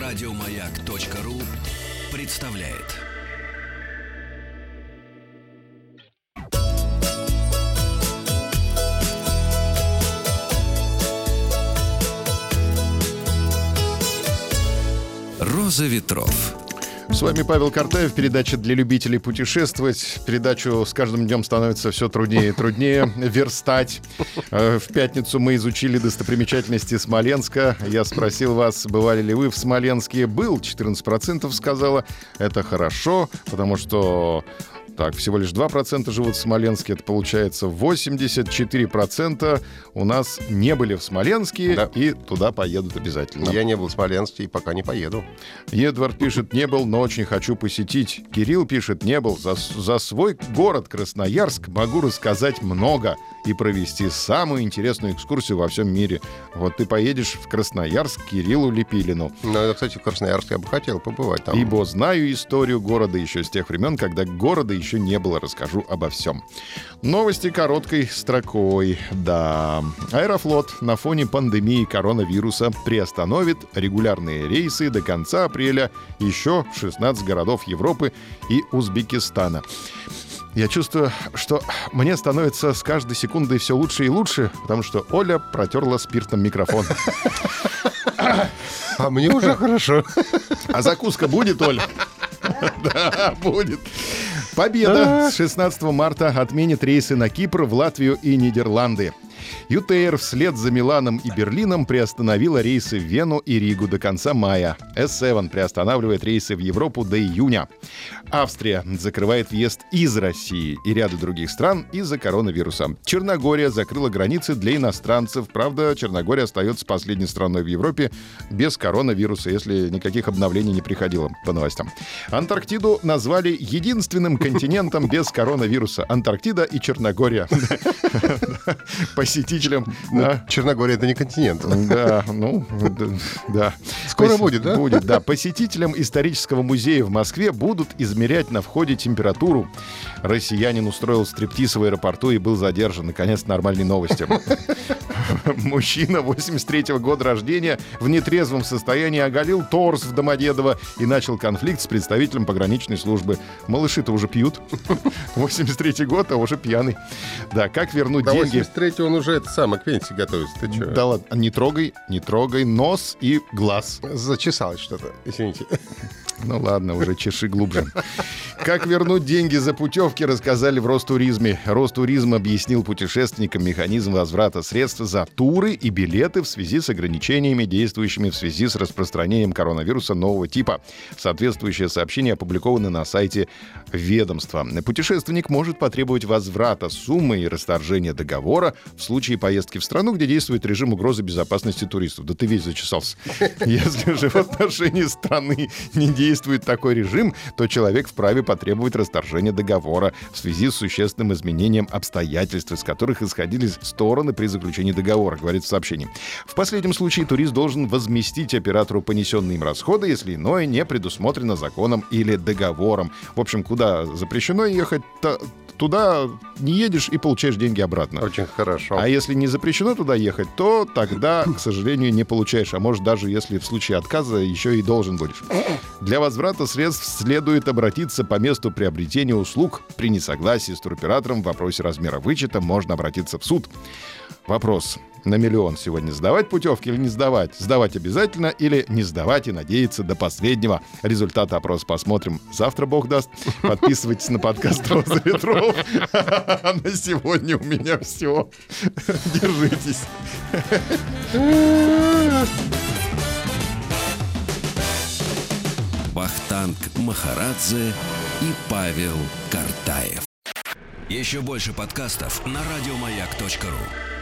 Радиомаяк.ру представляет. «Роза ветров». С вами Павел Картаев, передача для любителей путешествовать. Передачу с каждым днем становится все труднее и труднее верстать. В пятницу мы изучили достопримечательности Смоленска. Я спросил вас, бывали ли вы в Смоленске. Был, 14% сказала. Это хорошо, потому что... Так, всего лишь 2% живут в Смоленске. Это получается 84% у нас не были в Смоленске, да. И туда поедут обязательно. Я не был в Смоленске и пока не поеду. Эдвард пишет, не был, но очень хочу посетить. Кирилл пишет, не был. За свой город Красноярск могу рассказать много и провести самую интересную экскурсию во всем мире. Вот ты поедешь в Красноярск к Кириллу Лепилину. Ну, кстати, в Красноярске я бы хотел побывать там. Ибо знаю историю города еще с тех времен, когда города еще не было. Расскажу обо всем. Новости короткой строкой. Да. Аэрофлот на фоне пандемии коронавируса приостановит регулярные рейсы до конца апреля еще в 16 городов Европы и Узбекистана. Я чувствую, что мне становится с каждой секундой все лучше и лучше, потому что Оля протерла спиртом микрофон. А мне уже хорошо. А закуска будет, Оля? Да, будет. Победа с 16 марта отменит рейсы на Кипр, в Латвию и Нидерланды. ЮТР вслед за Миланом и Берлином приостановила рейсы в Вену и Ригу до конца мая. S7 приостанавливает рейсы в Европу до июня. Австрия закрывает въезд из России и ряда других стран из-за коронавируса. Черногория закрыла границы для иностранцев. Правда, Черногория остается последней страной в Европе без коронавируса, если никаких обновлений не приходило по новостям. Антарктиду назвали единственным континентом без коронавируса. Антарктида и Черногория. Посетителям... Черногория — это не континент. Да, да. Скоро будет, да? Будет, да. Посетителям исторического музея в Москве будут измерять на входе температуру. Россиянин устроил стриптиз в аэропорту и был задержан. Наконец, нормальные новости. Мужчина 83-го года рождения в нетрезвом состоянии оголил торс в Домодедово и начал конфликт с представителем пограничной службы. Малыши-то уже пьют. 83-й год, а уже пьяный. Да, как вернуть деньги? 83-й он уже к пенсии готовится. Ты чё? Да ладно, не трогай нос и глаз. Зачесалось что-то, извините. Ну ладно, уже чеши глубже. Как вернуть деньги за путевки, рассказали в Ростуризме. Ростуризм объяснил путешественникам механизм возврата средств за туры и билеты в связи с ограничениями, действующими в связи с распространением коронавируса нового типа. Соответствующее сообщение опубликовано на сайте ведомства. Путешественник может потребовать возврата суммы и расторжения договора в случае поездки в страну, где действует режим угрозы безопасности туристов. Да ты весь зачесался. Если же в отношении страны не действует такой режим, то человек вправе потребовать расторжения договора в связи с существенным изменением обстоятельств, из которых исходили стороны при заключении договора, говорит в сообщении. В последнем случае турист должен возместить оператору понесенные им расходы, если иное не предусмотрено законом или договором. В общем, куда запрещено ехать, туда не едешь и получаешь деньги обратно. Очень хорошо. А если не запрещено туда ехать, то тогда, к сожалению, не получаешь. А может, даже если в случае отказа еще и должен будешь. Для возврата средств следует обратиться по месту приобретения услуг. При несогласии с туроператором в вопросе размера вычета можно обратиться в суд. Вопрос на миллион сегодня. Сдавать путевки или не сдавать? Сдавать обязательно или не сдавать и надеяться до последнего? Результаты опроса посмотрим. Завтра, Бог даст. Подписывайтесь на подкаст «Роза ветров». На сегодня у меня все. Держитесь. Вахтанг Махарадзе и Павел Картаев. Еще больше подкастов на радиомаяк.ру.